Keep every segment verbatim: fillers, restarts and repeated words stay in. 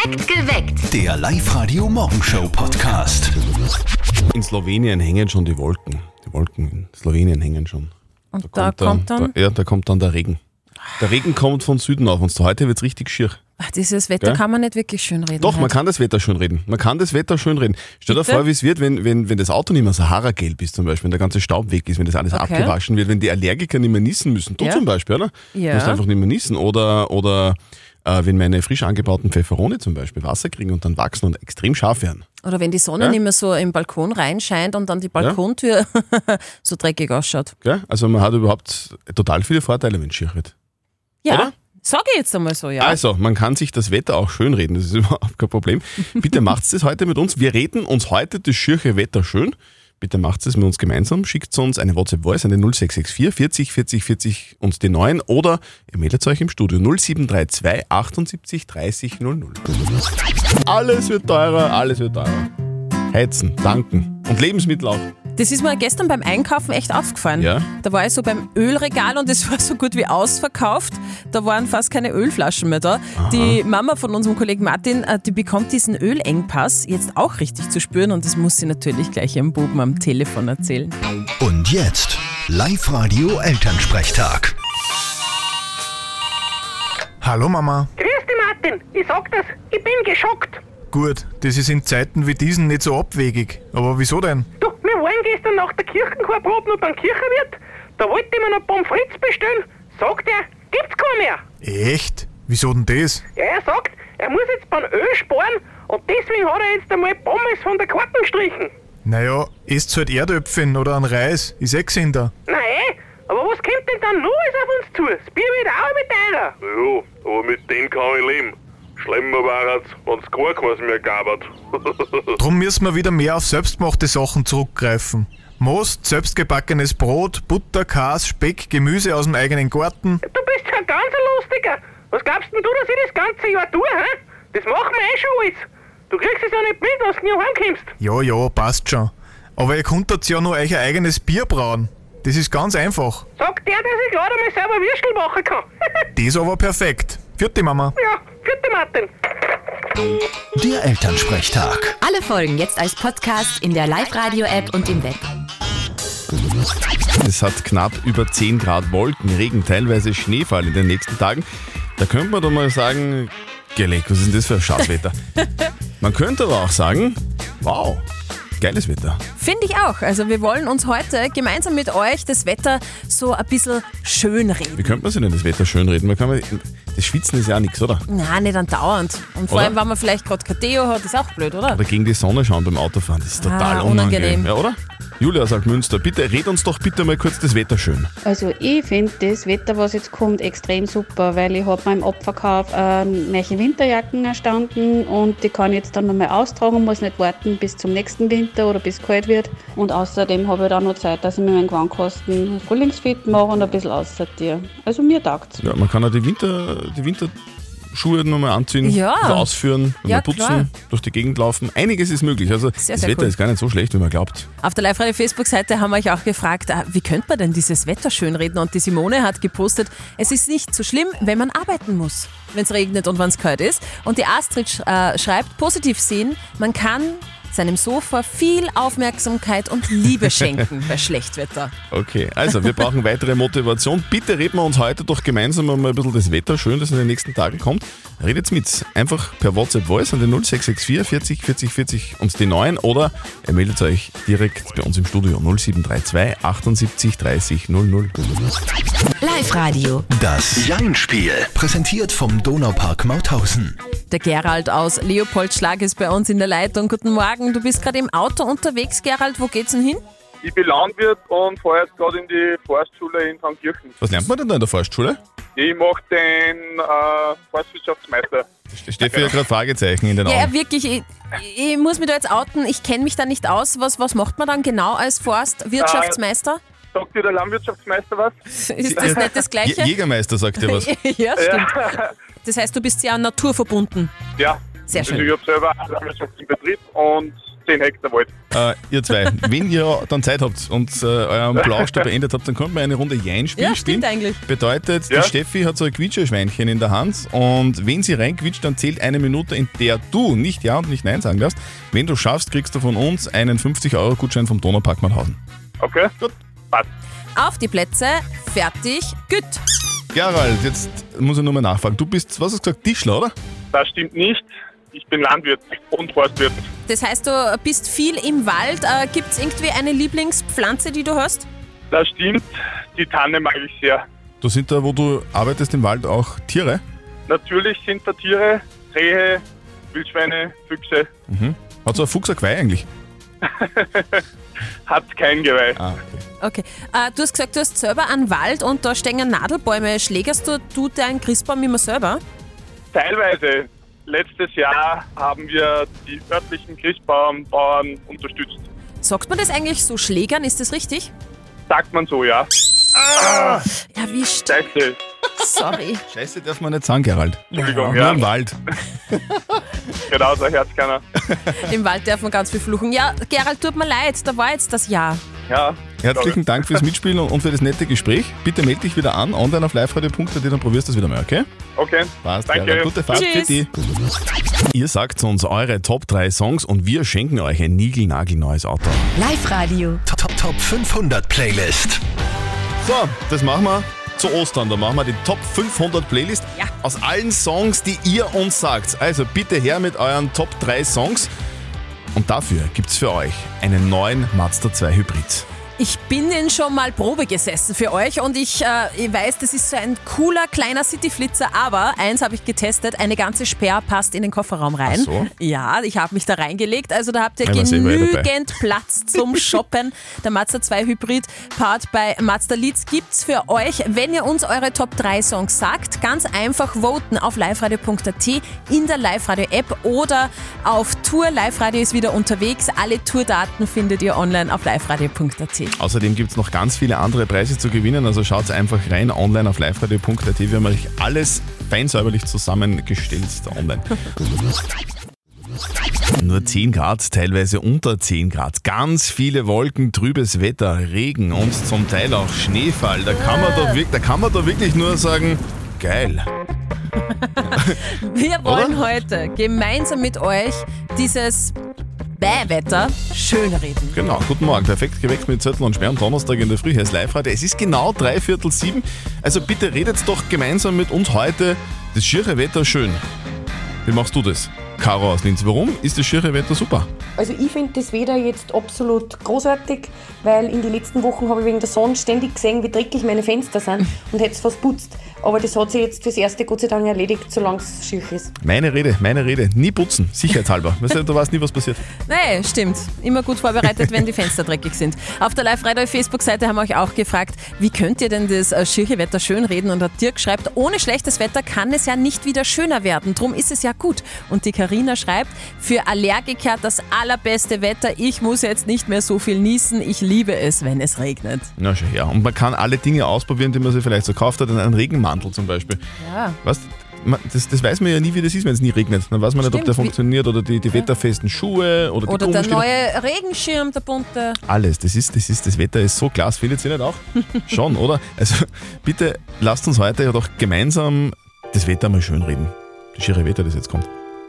Geweckt. Der Live-Radio-Morgenshow-Podcast. In Slowenien hängen schon die Wolken. Die Wolken in Slowenien hängen schon. Und da, da kommt dann... Da, ja, da kommt dann der Regen. Der Regen kommt von Süden auf uns. Heute wird es richtig schier. Ach, dieses Wetter Gell? Kann man nicht wirklich schön reden. Doch, halt. man kann das Wetter schön reden. Man kann das Wetter schön reden. Stell dir Bitte? vor, wie es wird, wenn, wenn, wenn das Auto nicht mehr Sahara-gelb ist zum Beispiel, wenn der ganze Staub weg ist, wenn das alles Okay. abgewaschen wird, wenn die Allergiker nicht mehr niesen müssen. Du Ja. zum Beispiel, oder? Ja. Du musst einfach nicht mehr niesen. Oder, oder äh, wenn meine frisch angebauten Pfefferone zum Beispiel Wasser kriegen und dann wachsen und extrem scharf werden. Oder wenn die Sonne Ja? nicht mehr so im Balkon reinscheint und dann die Balkontür so dreckig ausschaut. Gell? Also man hat überhaupt total viele Vorteile, wenn es schier wird. Ja, Oder? sag ich jetzt einmal so, ja. Also, man kann sich das Wetter auch schönreden, das ist überhaupt kein Problem. Bitte macht's das heute mit uns. Wir reden uns heute das schiere Wetter schön. Bitte macht's das mit uns gemeinsam. Schickt uns eine WhatsApp-Voice an den null sechs sechs vier vierzig vierzig vierzig und die neun oder ihr meldet euch im Studio null sieben drei zwei achtundsiebzig dreißig null null. Alles wird teurer, alles wird teurer. Heizen, tanken und Lebensmittel auch. Das ist mir gestern beim Einkaufen echt aufgefallen. Ja? Da war ich so beim Ölregal und es war so gut wie ausverkauft. Da waren fast keine Ölflaschen mehr da. Aha. Die Mama von unserem Kollegen Martin, die bekommt diesen Ölengpass jetzt auch richtig zu spüren und das muss sie natürlich gleich ihrem Buben am Telefon erzählen. Und jetzt Live-Radio Elternsprechtag. Hallo Mama. Grüß dich, Martin. Ich sag das, ich bin geschockt. Gut, das ist in Zeiten wie diesen nicht so abwegig. Aber wieso denn? Du, wir waren gestern nach der Kirchenchorprobe noch beim Kirchenwirt. Da wollte ich mir noch Pommes frites bestellen. Sagt er, gibt's keine mehr. Echt? Wieso denn das? Ja, er sagt, er muss jetzt beim Öl sparen und deswegen hat er jetzt einmal Pommes von der Karten gestrichen. Naja, esst halt Erdöpfchen oder einen Reis, ist eh gesünder. Nein, aber was kommt denn dann noch alles auf uns zu? Das Bier wird auch mit teurer. Ja, aber mit dem kann ich leben. Schlimmer war es, wenn es gar keins mehr gab. Drum müssen wir wieder mehr auf selbstgemachte Sachen zurückgreifen. Most, selbstgebackenes Brot, Butter, Käse, Speck, Gemüse aus dem eigenen Garten. Du bist ja ganz ein Lustiger. Was glaubst denn du, dass ich das ganze Jahr tue, hä? Das machen wir eh schon alles. Du kriegst es ja nicht mit, dass du nie heimkommst. Ja, ja, passt schon. Aber ihr konntet ja nur euch ein eigenes Bier brauen. Das ist ganz einfach. Sagt der, der sich gerade mal selber Würstel machen kann. Das aber perfekt. Vierte Mama. Ja, vierte Martin. Der Elternsprechtag. Alle Folgen jetzt als Podcast in der Live-Radio-App und im Web. Es hat knapp über zehn Grad Wolken, Regen, teilweise Schneefall in den nächsten Tagen. Da könnte man doch mal sagen, Geleck, was ist denn das für ein Scheißwetter? Man könnte aber auch sagen, wow, geiles Wetter. Finde ich auch. Also wir wollen uns heute gemeinsam mit euch das Wetter so ein bisschen schön reden. Wie könnte man sich denn das Wetter schön Man kann, das Schwitzen ist ja auch nichts, oder? Nein, nicht andauernd. Und vor Oder? allem, wenn man vielleicht gerade kein Deo hat, ist auch blöd, oder? Oder gegen die Sonne schauen beim Autofahren, das ist total Ah, unangenehm. unangenehm. Ja, oder? Julia sagt Münster, bitte red uns doch bitte mal kurz das Wetter schön. Also ich finde das Wetter, was jetzt kommt, extrem super, weil ich habe beim Abverkauf äh, neue Winterjacken erstanden und die kann ich jetzt dann nochmal austragen, muss nicht warten bis zum nächsten Winter oder bis es kalt wird. Und außerdem habe ich dann noch Zeit, dass ich mir meinen Gewandkasten frühlingsfit mache und ein bisschen aussortiere. Also mir taugt's. Ja, man kann auch die Winter, die Winterschuhe nochmal anziehen, Ja. also ausführen, Ja, mal putzen, klar. durch die Gegend laufen. Einiges ist möglich. Also Sehr, das sehr Wetter cool. ist gar nicht so schlecht, wie man glaubt. Auf der Live-Radio-Facebook-Seite haben wir euch auch gefragt, ah, wie könnte man denn dieses Wetter schönreden? Und die Simone hat gepostet, es ist nicht so schlimm, wenn man arbeiten muss, wenn es regnet und wenn es kalt ist. Und die Astrid sch- äh, schreibt, positiv sehen, man kann seinem Sofa viel Aufmerksamkeit und Liebe schenken bei Schlechtwetter. Okay, also wir brauchen weitere Motivation. Bitte reden wir uns heute doch gemeinsam mal ein bisschen das Wetter schön, das in den nächsten Tagen kommt. Redet mit, einfach per WhatsApp-Voice an den null sechs sechs vier vierzig vierzig vierzig und die neun oder ihr meldet euch direkt bei uns im Studio null sieben drei zwei achtundsiebzig dreißig null null. Live-Radio. Das Jein-Spiel. Präsentiert vom Donaupark Mauthausen. Der Gerald aus Leopoldschlag ist bei uns in der Leitung. Guten Morgen, du bist gerade im Auto unterwegs, Gerald. Wo geht's denn hin? Ich bin Landwirt und fahre jetzt gerade in die Forstschule in Sankt Kirchen. Was lernt man denn da in der Forstschule? Ich mache den äh, Forstwirtschaftsmeister. Es steht für gerade Fragezeichen in den Ja, Augen. wirklich, ich, ich muss mich da jetzt outen, ich kenne mich da nicht aus. Was, was macht man dann genau als Forstwirtschaftsmeister? Sagt dir der Landwirtschaftsmeister was? Ist das nicht das Gleiche? J- Jägermeister sagt dir was. Ja, stimmt. Das heißt, du bist sehr naturverbunden. Ja. Sehr Also schön. ich habe selber einen landwirtschaftlichen Betrieb und zehn Hektar Wald. Äh, ihr zwei, wenn ihr dann Zeit habt und äh, euren Blaustab beendet habt, dann könnt man eine Runde Jein-Spiel Ja, spielen. stimmt eigentlich. Bedeutet, Ja. die Steffi hat so ein Quietscherschweinchen in der Hand und wenn sie reinquietscht, dann zählt eine Minute, in der du nicht Ja und nicht Nein sagen darfst. Wenn du schaffst, kriegst du von uns einen fünfzig Euro Gutschein vom Donaupark Mannhausen. Okay? Gut. Passt. Auf die Plätze, fertig, gut. Gerald, jetzt muss ich nur mal nachfragen. Du bist, was hast du gesagt, Tischler, oder? Das stimmt nicht. Ich bin Landwirt und Forstwirt. Das heißt, du bist viel im Wald. Äh, Gibt es irgendwie eine Lieblingspflanze, die du hast? Das stimmt. Die Tanne mag ich sehr. Da sind da, wo du arbeitest im Wald, auch Tiere. Natürlich sind da Tiere, Rehe, Wildschweine, Füchse. Mhm. Hat so ein Fuchs ein Geweih eigentlich? Hat kein Geweih. Ah, okay. Okay. Äh, du hast gesagt, du hast selber einen Wald und da stehen Nadelbäume. Schlägerst du, du deinen Christbaum immer selber? Teilweise. Letztes Jahr haben wir die örtlichen Christbauernbauern unterstützt. Sagt man das eigentlich so, schlägern? Ist das richtig? Sagt man so, ja. Erwischt. Scheiße. Sorry. Scheiße darf man nicht sagen, Gerald. Entschuldigung, Nur ja. im Wald. Genau, so hört's keiner. Im Wald darf man ganz viel fluchen. Ja, Gerald, tut mir leid, da war jetzt das Ja. Ja. Herzlichen Dank fürs Mitspielen und für das nette Gespräch. Bitte melde dich wieder an, online auf liveradio punkt at, dann probierst du das wieder mal, okay? Okay. Passt, Danke. Gerald. Gute Fahrt Tschüss. für die. Ihr sagt uns eure Top drei Songs und wir schenken euch ein niegelnagelneues Auto. Live-Radio. Top, Top, Top fünfhundert Playlist. So, das machen wir zu Ostern. Da machen wir die Top fünfhundert Playlist Ja. aus allen Songs, die ihr uns sagt. Also bitte her mit euren Top drei Songs. Und dafür gibt's für euch einen neuen Mazda zwei Hybrid. Ich bin den schon mal Probe gesessen für euch und ich, äh, ich weiß, das ist so ein cooler kleiner Cityflitzer, aber eins habe ich getestet, eine ganze Sperr passt in den Kofferraum rein. Ach so. Ja, ich habe mich da reingelegt, also da habt ihr Ja, da sind wir ja dabei. genügend Platz zum Shoppen. Der Mazda zwei Hybrid Part bei Mazda Leads gibt's für euch, wenn ihr uns eure Top drei Songs sagt. Ganz einfach voten auf liveradio punkt at, in der Live-Radio-App oder auf Tour. Live-Radio ist wieder unterwegs. Alle Tourdaten findet ihr online auf liveradio punkt at. Außerdem gibt es noch ganz viele andere Preise zu gewinnen, also schaut einfach rein online auf liveradio punkt at. Wir haben euch alles fein säuberlich zusammengestellt da online. Nur zehn Grad, teilweise unter zehn Grad. Ganz viele Wolken, trübes Wetter, Regen und zum Teil auch Schneefall. Da kann man da, wirk- da, kann man da wirklich nur sagen, geil. Wir wollen Oder? heute gemeinsam mit euch dieses Bäh-Wetter schönreden. Genau, guten Morgen. Perfekt geweckt mit Zettel und Sperr am Donnerstag in der Früh. Hier ist Live-Radio. Es ist genau drei Viertel sieben. Also bitte redet doch gemeinsam mit uns heute das schiere Wetter schön. Wie machst du das? Caro aus Linz, warum ist das schiere Wetter super? Also ich finde das Wetter jetzt absolut großartig, weil in den letzten Wochen habe ich wegen der Sonne ständig gesehen, wie dreckig meine Fenster sind und hätte es fast putzt. Aber das hat sich jetzt fürs Erste Gott sei Dank erledigt, solange es schier ist. Meine Rede, meine Rede. Nie putzen, sicherheitshalber. Weißt du, du weißt nie, was passiert. Nee, stimmt. Immer gut vorbereitet, wenn die Fenster dreckig sind. Auf der Live-Radio-Facebook-Seite haben wir euch auch gefragt, wie könnt ihr denn das äh, schiere Wetter schönreden? Und der Dirk schreibt, ohne schlechtes Wetter kann es ja nicht wieder schöner werden. Drum ist es ja gut. Und die Karina schreibt, für Allergiker das allerbeste Wetter. Ich muss jetzt nicht mehr so viel niesen. Ich liebe es, wenn es regnet. Na schon, ja. Und man kann alle Dinge ausprobieren, die man sich vielleicht so gekauft hat. Einen Regenmantel zum Beispiel. Ja. Weißt, man, das, das weiß man ja nie, wie das ist, wenn es nie regnet. Dann weiß man nicht, ob Stimmt, der wie- funktioniert oder die, die wetterfesten Schuhe oder die Oder der Gummistiefel. neue Regenschirm, der bunte. Alles, das ist, das ist, das Wetter ist so klasse, findet ihr nicht auch? Schon, oder? Also bitte lasst uns heute doch gemeinsam das Wetter mal schön reden. Das schiere Wetter, das jetzt kommt.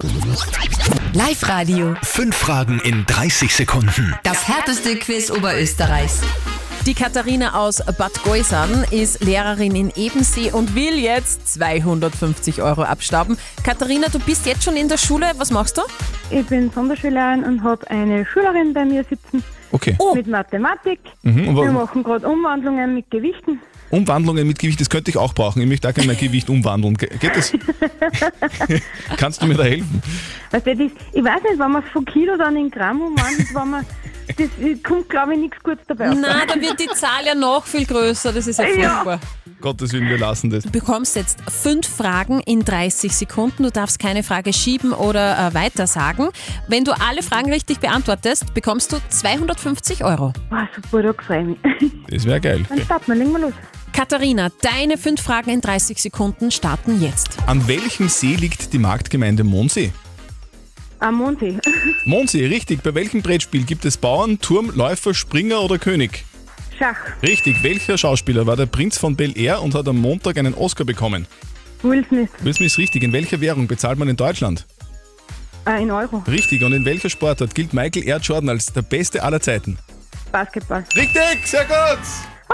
Live-Radio. Fünf Fragen in dreißig Sekunden. Das härteste Quiz Oberösterreichs. Die Katharina aus Bad Goisern ist Lehrerin in Ebensee und will jetzt zweihundertfünfzig Euro abstauben. Katharina, du bist jetzt schon in der Schule. Was machst du? Ich bin Sonderschülerin und habe eine Schülerin bei mir sitzen Okay. Oh, mit Mathematik. Mhm, und Wir wa- machen gerade Umwandlungen mit Gewichten. Umwandlungen mit Gewicht, das könnte ich auch brauchen. Ich möchte auch gerne mein Gewicht umwandeln. Ge- Geht das? Kannst du mir da helfen? Weißt du, das, ich weiß nicht, wenn man es von Kilo dann in Gramm umwandelt, wenn man, das kommt, glaube ich, nichts Gutes dabei raus. na, da wird die Zahl ja noch viel größer. Das ist ja Ja. furchtbar. Gottes Willen, wir lassen das. Du bekommst jetzt fünf Fragen in dreißig Sekunden. Du darfst keine Frage schieben oder äh, weitersagen. Wenn du alle Fragen richtig beantwortest, bekommst du zweihundertfünfzig Euro. Wow, super, da freue ich mich. Das wäre geil. Dann starten wir, legen wir los. Katharina, deine fünf Fragen in dreißig Sekunden starten jetzt. An welchem See liegt die Marktgemeinde Mondsee? Am Mondsee. Mondsee, richtig. Bei welchem Brettspiel gibt es Bauern, Turm, Läufer, Springer oder König? Schach. Richtig. Welcher Schauspieler war der Prinz von Bel-Air und hat am Montag einen Oscar bekommen? Will Smith. Will Smith, richtig. In welcher Währung bezahlt man in Deutschland? Äh, in Euro. Richtig. Und in welcher Sportart gilt Michael Air Jordan als der Beste aller Zeiten? Basketball. Richtig, sehr gut. Ah,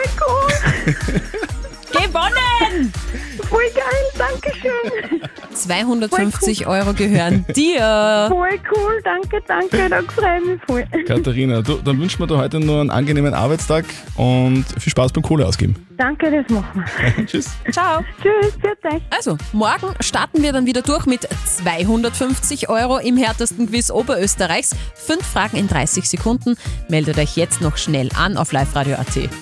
voll cool. Gewonnen! Voll geil, danke schön. zweihundertfünfzig Euro gehören dir. Voll cool, danke, danke, da freue ich mich voll. Katharina, du, dann wünschen wir dir heute nur einen angenehmen Arbeitstag und viel Spaß beim Kohle ausgeben. Danke, das machen wir. Tschüss. Ciao. Tschüss, für euch. Also, morgen starten wir dann wieder durch mit zweihundertfünfzig Euro im härtesten Quiz Oberösterreichs. Fünf Fragen in dreißig Sekunden. Meldet euch jetzt noch schnell an auf live radio punkt a t.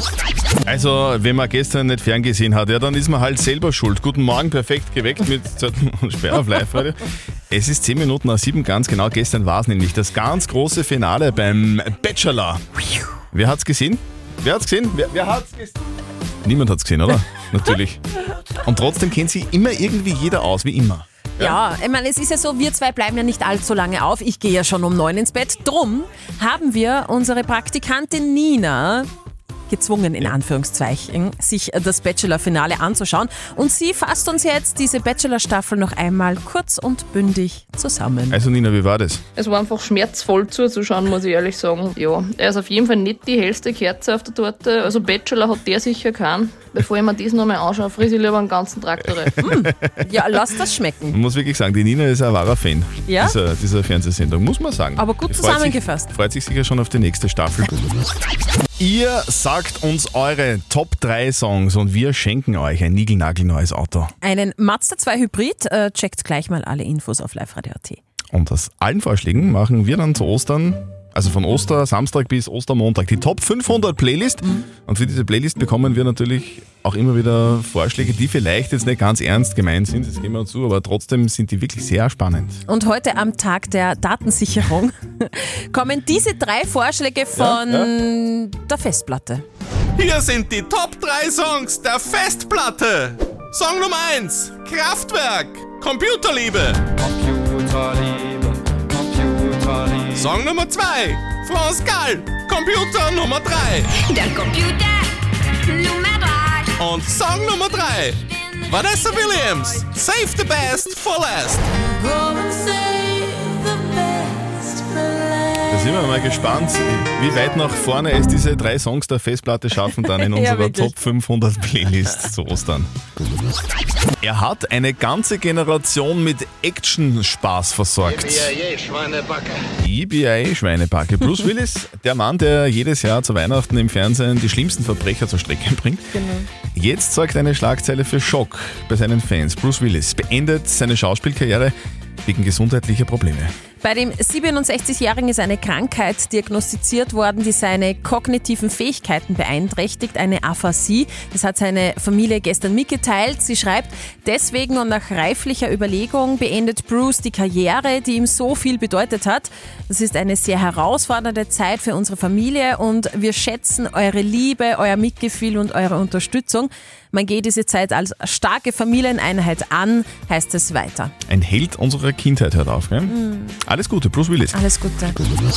Also, wenn man gestern nicht ferngesehen hat, ja, dann ist man halt selber schuld. Guten Morgen, perfekt geweckt mit Zettel und Sperr auf Live-Radio. Es ist zehn Minuten nach sieben, ganz genau. Gestern war es nämlich das ganz große Finale beim Bachelor. Wer hat's gesehen? Wer hat's gesehen? Wer, wer hat's gesehen? Niemand hat's gesehen, oder? Natürlich. Und trotzdem kennt sich immer irgendwie jeder aus, wie immer. Ja, ja, ich meine, es ist ja so, wir zwei bleiben ja nicht allzu lange auf. Ich gehe ja schon um neun ins Bett. Drum haben wir unsere Praktikantin Nina gezwungen, in Anführungszeichen, sich das Bachelor-Finale anzuschauen. Und sie fasst uns jetzt diese Bachelor-Staffel noch einmal kurz und bündig zusammen. Also Nina, wie war das? Es war einfach schmerzvoll zuzuschauen, muss ich ehrlich sagen. Ja, er ist auf jeden Fall nicht die hellste Kerze auf der Torte. Also Bachelor hat der sicher keinen. Bevor ich mir das nochmal anschaue, friese ich lieber einen ganzen Traktorreifen. Hm. Ja, lass das schmecken. Man muss wirklich sagen, die Nina ist ein wahrer Fan ja? dieser, dieser Fernsehsendung, muss man sagen. Aber gut Die zusammengefasst. Freut sich, freut sich sicher schon auf die nächste Staffel. Ihr sagt uns eure Top drei Songs und wir schenken euch ein niegelnagelneues Auto. Einen Mazda zwei Hybrid. Äh, checkt gleich mal alle Infos auf live radio punkt a t. Und aus allen Vorschlägen machen wir dann zu Ostern, also von Ostersamstag bis Ostermontag, die Top fünfhundert Playlist. Mhm. Und für diese Playlist bekommen wir natürlich auch immer wieder Vorschläge, die vielleicht jetzt nicht ganz ernst gemeint sind, das geben wir zu, aber trotzdem sind die wirklich sehr spannend. Und heute am Tag der Datensicherung kommen diese drei Vorschläge von ja, ja. der Festplatte. Hier sind die Top drei Songs der Festplatte. Song Nummer eins, Kraftwerk, Computerliebe. Computerliebe, Computerliebe. Song Nummer zwei, France Gall, Computer Nummer drei. Der Computer Nummer drei. Und Song Nummer drei, Vanessa Williams, Save the Best for Last. Da sind wir mal gespannt, wie weit nach vorne es diese drei Songs der Festplatte schaffen dann in unserer ja, Top fünfhundert Playlist zu Ostern. Er hat eine ganze Generation mit Action-Spaß versorgt. I B I A-Schweinebacke. I B I A-Schweinebacke. Bruce Willis, der Mann, der jedes Jahr zu Weihnachten im Fernsehen die schlimmsten Verbrecher zur Strecke bringt. Genau. Jetzt sorgt eine Schlagzeile für Schock bei seinen Fans. Bruce Willis beendet seine Schauspielkarriere wegen gesundheitlicher Probleme. Bei dem siebenundsechzigjährigen ist eine Krankheit diagnostiziert worden, die seine kognitiven Fähigkeiten beeinträchtigt, eine Aphasie. Das hat seine Familie gestern mitgeteilt. Sie schreibt, deswegen und nach reiflicher Überlegung beendet Bruce die Karriere, die ihm so viel bedeutet hat. Das ist eine sehr herausfordernde Zeit für unsere Familie und wir schätzen eure Liebe, euer Mitgefühl und eure Unterstützung. Man geht diese Zeit als starke Familieneinheit an, heißt es weiter. Ein Held unserer Kindheit hört auf, gell? Mhm. Alles Gute, Bruce Willis. Alles Gute.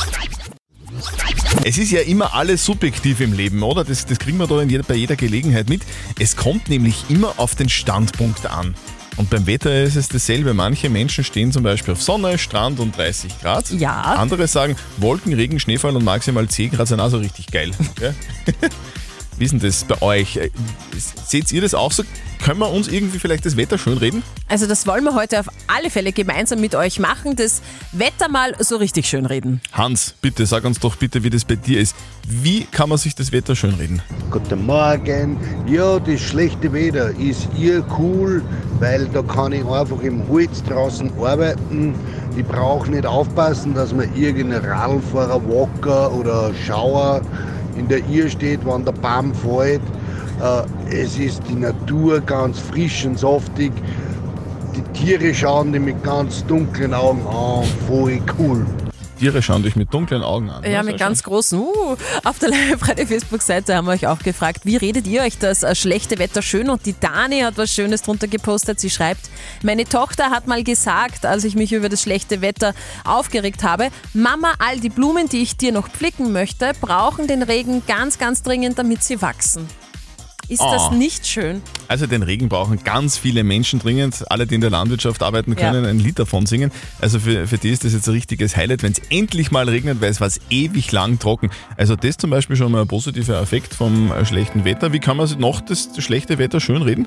Es ist ja immer alles subjektiv im Leben, oder? Das, das kriegen wir da in jeder, bei jeder Gelegenheit mit. Es kommt nämlich immer auf den Standpunkt an. Und beim Wetter ist es dasselbe. Manche Menschen stehen zum Beispiel auf Sonne, Strand und dreißig Grad. Ja. Andere sagen, Wolken, Regen, Schneefall und maximal zehn Grad sind auch so richtig geil. Ja? Wie ist denn das bei euch? Seht ihr das auch so? Können wir uns irgendwie vielleicht das Wetter schönreden? Also das wollen wir heute auf alle Fälle gemeinsam mit euch machen, das Wetter mal so richtig schönreden. Hans, bitte, sag uns doch bitte, wie das bei dir ist. Wie kann man sich das Wetter schönreden? Guten Morgen. Ja, das schlechte Wetter ist ihr cool, weil da kann ich einfach im Holz draußen arbeiten. Ich brauche nicht aufpassen, dass mir irgendein Radlfahrer, Walker oder Schauer in der Irr steht, wenn der Baum fällt. Es ist die Natur ganz frisch und saftig. Die Tiere schauen die mit ganz dunklen Augen an. Voll cool. Tiere schauen dich mit dunklen Augen an. Ja, ne? mit ganz großen. Uh, auf der Live-Radio-Facebook-Seite haben wir euch auch gefragt, wie redet ihr euch das äh, schlechte Wetter schön? Und die Dani hat was Schönes drunter gepostet. Sie schreibt, meine Tochter hat mal gesagt, als ich mich über das schlechte Wetter aufgeregt habe, Mama, all die Blumen, die ich dir noch pflücken möchte, brauchen den Regen ganz, ganz dringend, damit sie wachsen. Ist Oh. das nicht schön? Also den Regen brauchen ganz viele Menschen dringend. Alle, die in der Landwirtschaft arbeiten, können Ja. ein Lied davon singen. Also für, für die ist das jetzt ein richtiges Highlight, wenn es endlich mal regnet, weil es war ewig lang trocken. Also das zum Beispiel schon mal ein positiver Effekt vom äh, schlechten Wetter. Wie kann man noch das schlechte Wetter schön reden?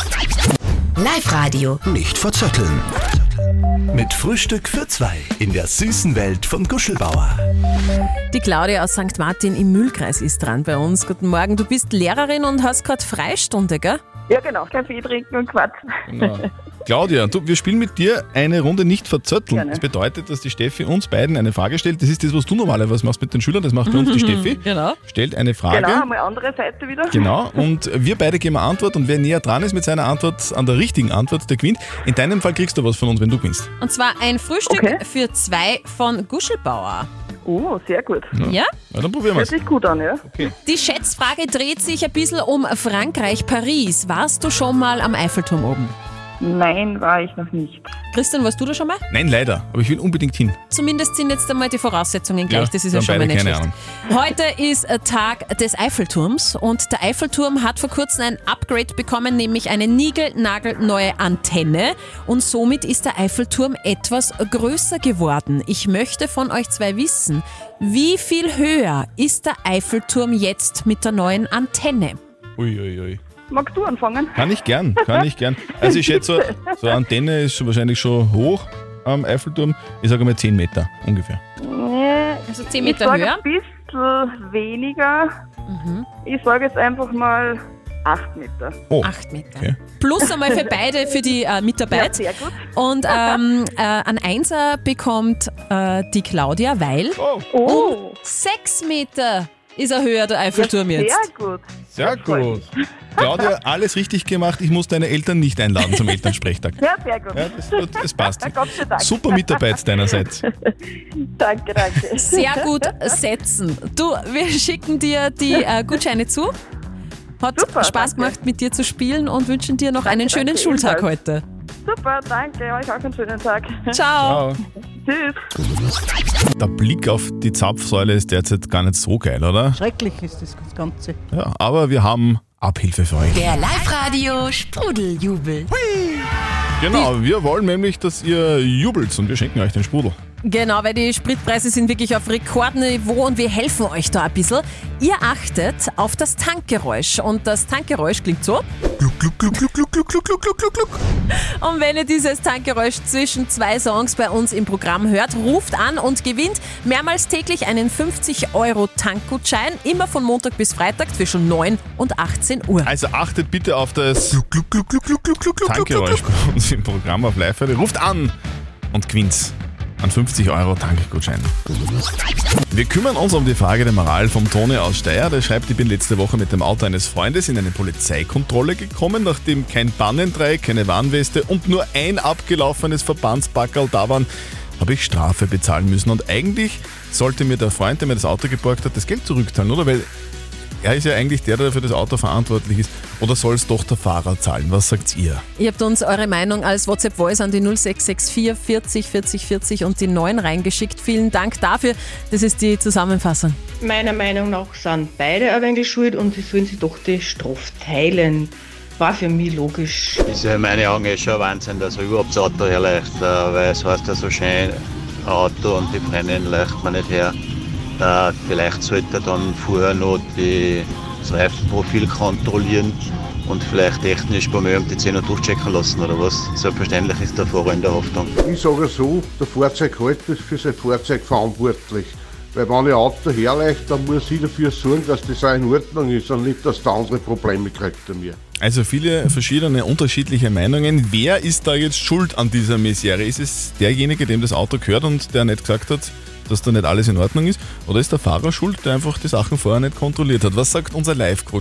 Live-Radio. Nicht verzetteln. Mit Frühstück für zwei in der süßen Welt von Guschelbauer. Die Claudia aus Sankt Martin im Mühlkreis ist dran bei uns. Guten Morgen, du bist Lehrerin und hast gerade Freistunde, gell? Ja, genau. Kaffee trinken und quatschen. Genau. Claudia, du, wir spielen mit dir eine Runde nicht verzötteln. Gerne. Das bedeutet, dass die Steffi uns beiden eine Frage stellt. Das ist das, was du normalerweise machst mit den Schülern. Das macht bei uns die Steffi. Genau. Stellt eine Frage. Genau, einmal andere Seite wieder. Genau, und wir beide geben eine Antwort und wer näher dran ist mit seiner Antwort an der richtigen Antwort, der gewinnt. In deinem Fall kriegst du was von uns, wenn du gewinnst. Und zwar ein Frühstück Okay. für zwei von Guschelbauer. Oh, sehr gut. Ja? Na, dann probieren wir Hört es. sich gut an, ja? Die Schätzfrage dreht sich ein bisschen um Frankreich, Paris. Warst du schon mal am Eiffelturm oben? Nein, war ich noch nicht. Christian, warst du da schon mal? Nein, leider, aber ich will unbedingt hin. Zumindest sind jetzt einmal die Voraussetzungen gleich, Ja, das ist wir ja haben schon mal beide nicht keine schlecht. Heute ist äh, Tag des Eiffelturms und der Eiffelturm hat vor kurzem ein Upgrade bekommen, nämlich eine niegelnagelneue Antenne und somit ist der Eiffelturm etwas größer geworden. Ich möchte von euch zwei wissen, wie viel höher ist der Eiffelturm jetzt mit der neuen Antenne? Uiuiui. Ui, ui. Magst du anfangen? Kann ich gern, kann ich gern. Also ich schätze, so, so eine Antenne ist schon wahrscheinlich schon hoch am Eiffelturm. Ich sage mal zehn Meter ungefähr. Nee, Also zehn ich Meter sage höher? ein bisschen weniger. Mhm. Ich sage jetzt einfach mal acht Meter. Oh, Acht Meter. okay. Plus einmal für beide, für die äh, Mitarbeit. Ja, sehr gut. Und ähm, äh, ein Einser bekommt äh, die Claudia, weil Oh, Oh, sechs Meter ist er höher, der Eiffelturm ja, jetzt. sehr gut. sehr gut. Claudia, alles richtig gemacht. Ich muss deine Eltern nicht einladen zum Elternsprechtag. Ja, sehr gut. Ja, das, das passt. Na, Gott sei Dank. Super Mitarbeit deinerseits. Danke, danke. Sehr gut setzen. Du, wir schicken dir die äh, Gutscheine zu. Hat Super, Spaß danke. gemacht, mit dir zu spielen und wünschen dir noch einen schönen danke, Schultag ebenfalls. heute. Super, danke. Euch auch einen schönen Tag. Ciao. Ciao. Tschüss. Der Blick auf die Zapfsäule ist derzeit gar nicht so geil, oder? Schrecklich ist das Ganze. Ja, aber wir haben Abhilfe für euch. Der Live-Radio Sprudeljubel. Genau, wir wollen nämlich, dass ihr jubelt und wir schenken euch den Sprudel. Genau, weil die Spritpreise sind wirklich auf Rekordniveau und wir helfen euch da ein bisschen. Ihr achtet auf das Tankgeräusch und das Tankgeräusch klingt so. Gluck, gluck, gluck, gluck, gluck, gluck, gluck, gluck, gluck, gluck. Und wenn ihr dieses Tankgeräusch zwischen zwei Songs bei uns im Programm hört, ruft an und gewinnt mehrmals täglich einen fünfzig Euro Tankgutschein, immer von Montag bis Freitag zwischen neun und achtzehn Uhr. Also achtet bitte auf das Gluck, gluck, gluck, gluck, gluck, gluck, gluck, Tankgeräusch bei uns im Programm auf Live-Radio. Ruft an und gewinnt an fünfzig Euro Tankgutschein. Wir kümmern uns um die Frage der Moral vom Toni aus Steyr. Der schreibt, ich bin letzte Woche mit dem Auto eines Freundes in eine Polizeikontrolle gekommen, nachdem kein Bannendreieck, keine Warnweste und nur ein abgelaufenes Verbandspackerl da waren, habe ich Strafe bezahlen müssen. Und eigentlich sollte mir der Freund, der mir das Auto geborgt hat, das Geld zurückzahlen, oder? Weil er ist ja eigentlich der, der für das Auto verantwortlich ist. Oder soll es doch der Fahrer zahlen? Was sagt ihr? Ihr habt uns eure Meinung als WhatsApp-Voice an die null sechs sechs vier vierzig vierzig vierzig und die neun reingeschickt. Vielen Dank dafür. Das ist die Zusammenfassung. Meiner Meinung nach sind beide ein wenig schuld und sie sollen sich doch die Strafe teilen. War für mich logisch. Ist ja in meinen Augen eh schon ein Wahnsinn, dass er überhaupt das Auto herleicht, äh, weil es heißt ja so schön, ein Auto und die brennen leicht man nicht her. Äh, vielleicht sollte er dann vorher noch die, das Reifenprofil kontrollieren und vielleicht technisch bei mir um die Zähne durchchecken lassen oder was. Selbstverständlich ist der Fahrer in der Haftung. Ich sage so, der Fahrzeughalter ist für sein Fahrzeug verantwortlich. Weil wenn ein Auto herleicht, dann muss ich dafür sorgen, dass das auch in Ordnung ist und nicht, dass der andere Probleme kriegt an mir. Also viele verschiedene unterschiedliche Meinungen. Wer ist da jetzt schuld an dieser Misere? Ist es derjenige, dem das Auto gehört und der nicht gesagt hat, dass da nicht alles in Ordnung ist? Oder ist der Fahrer schuld, der einfach die Sachen vorher nicht kontrolliert hat? Was sagt unser Live-Coach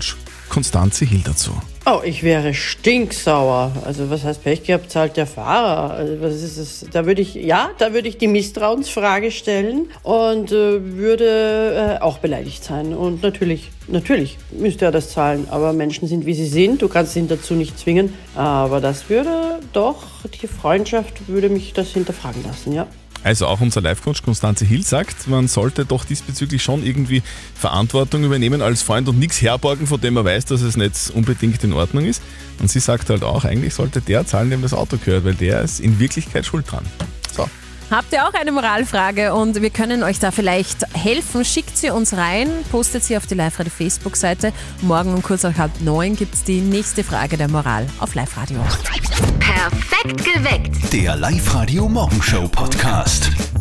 Konstanze Hill dazu. Oh, ich wäre stinksauer. Also was heißt Pech gehabt, zahlt der Fahrer. Also was ist es? Da würde ich, ja, da würde ich die Misstrauensfrage stellen und äh, würde äh, auch beleidigt sein. Und natürlich, natürlich müsste er das zahlen. Aber Menschen sind, wie sie sind. Du kannst ihn dazu nicht zwingen. Aber das würde doch, die Freundschaft würde mich das hinterfragen lassen, ja. Also auch unser Live-Coach Konstanze Hill sagt, man sollte doch diesbezüglich schon irgendwie Verantwortung übernehmen als Freund und nichts herborgen, von dem man weiß, dass es nicht unbedingt in Ordnung ist. Und sie sagt halt auch, eigentlich sollte der zahlen, dem das Auto gehört, weil der ist in Wirklichkeit schuld dran. So. Habt ihr auch eine Moralfrage und wir können euch da vielleicht helfen? Schickt sie uns rein, postet sie auf die Live-Radio-Facebook-Seite. Morgen um kurz nach halb neun gibt es die nächste Frage der Moral auf Live-Radio. Perfekt geweckt. Der Live-Radio Morgenshow Podcast.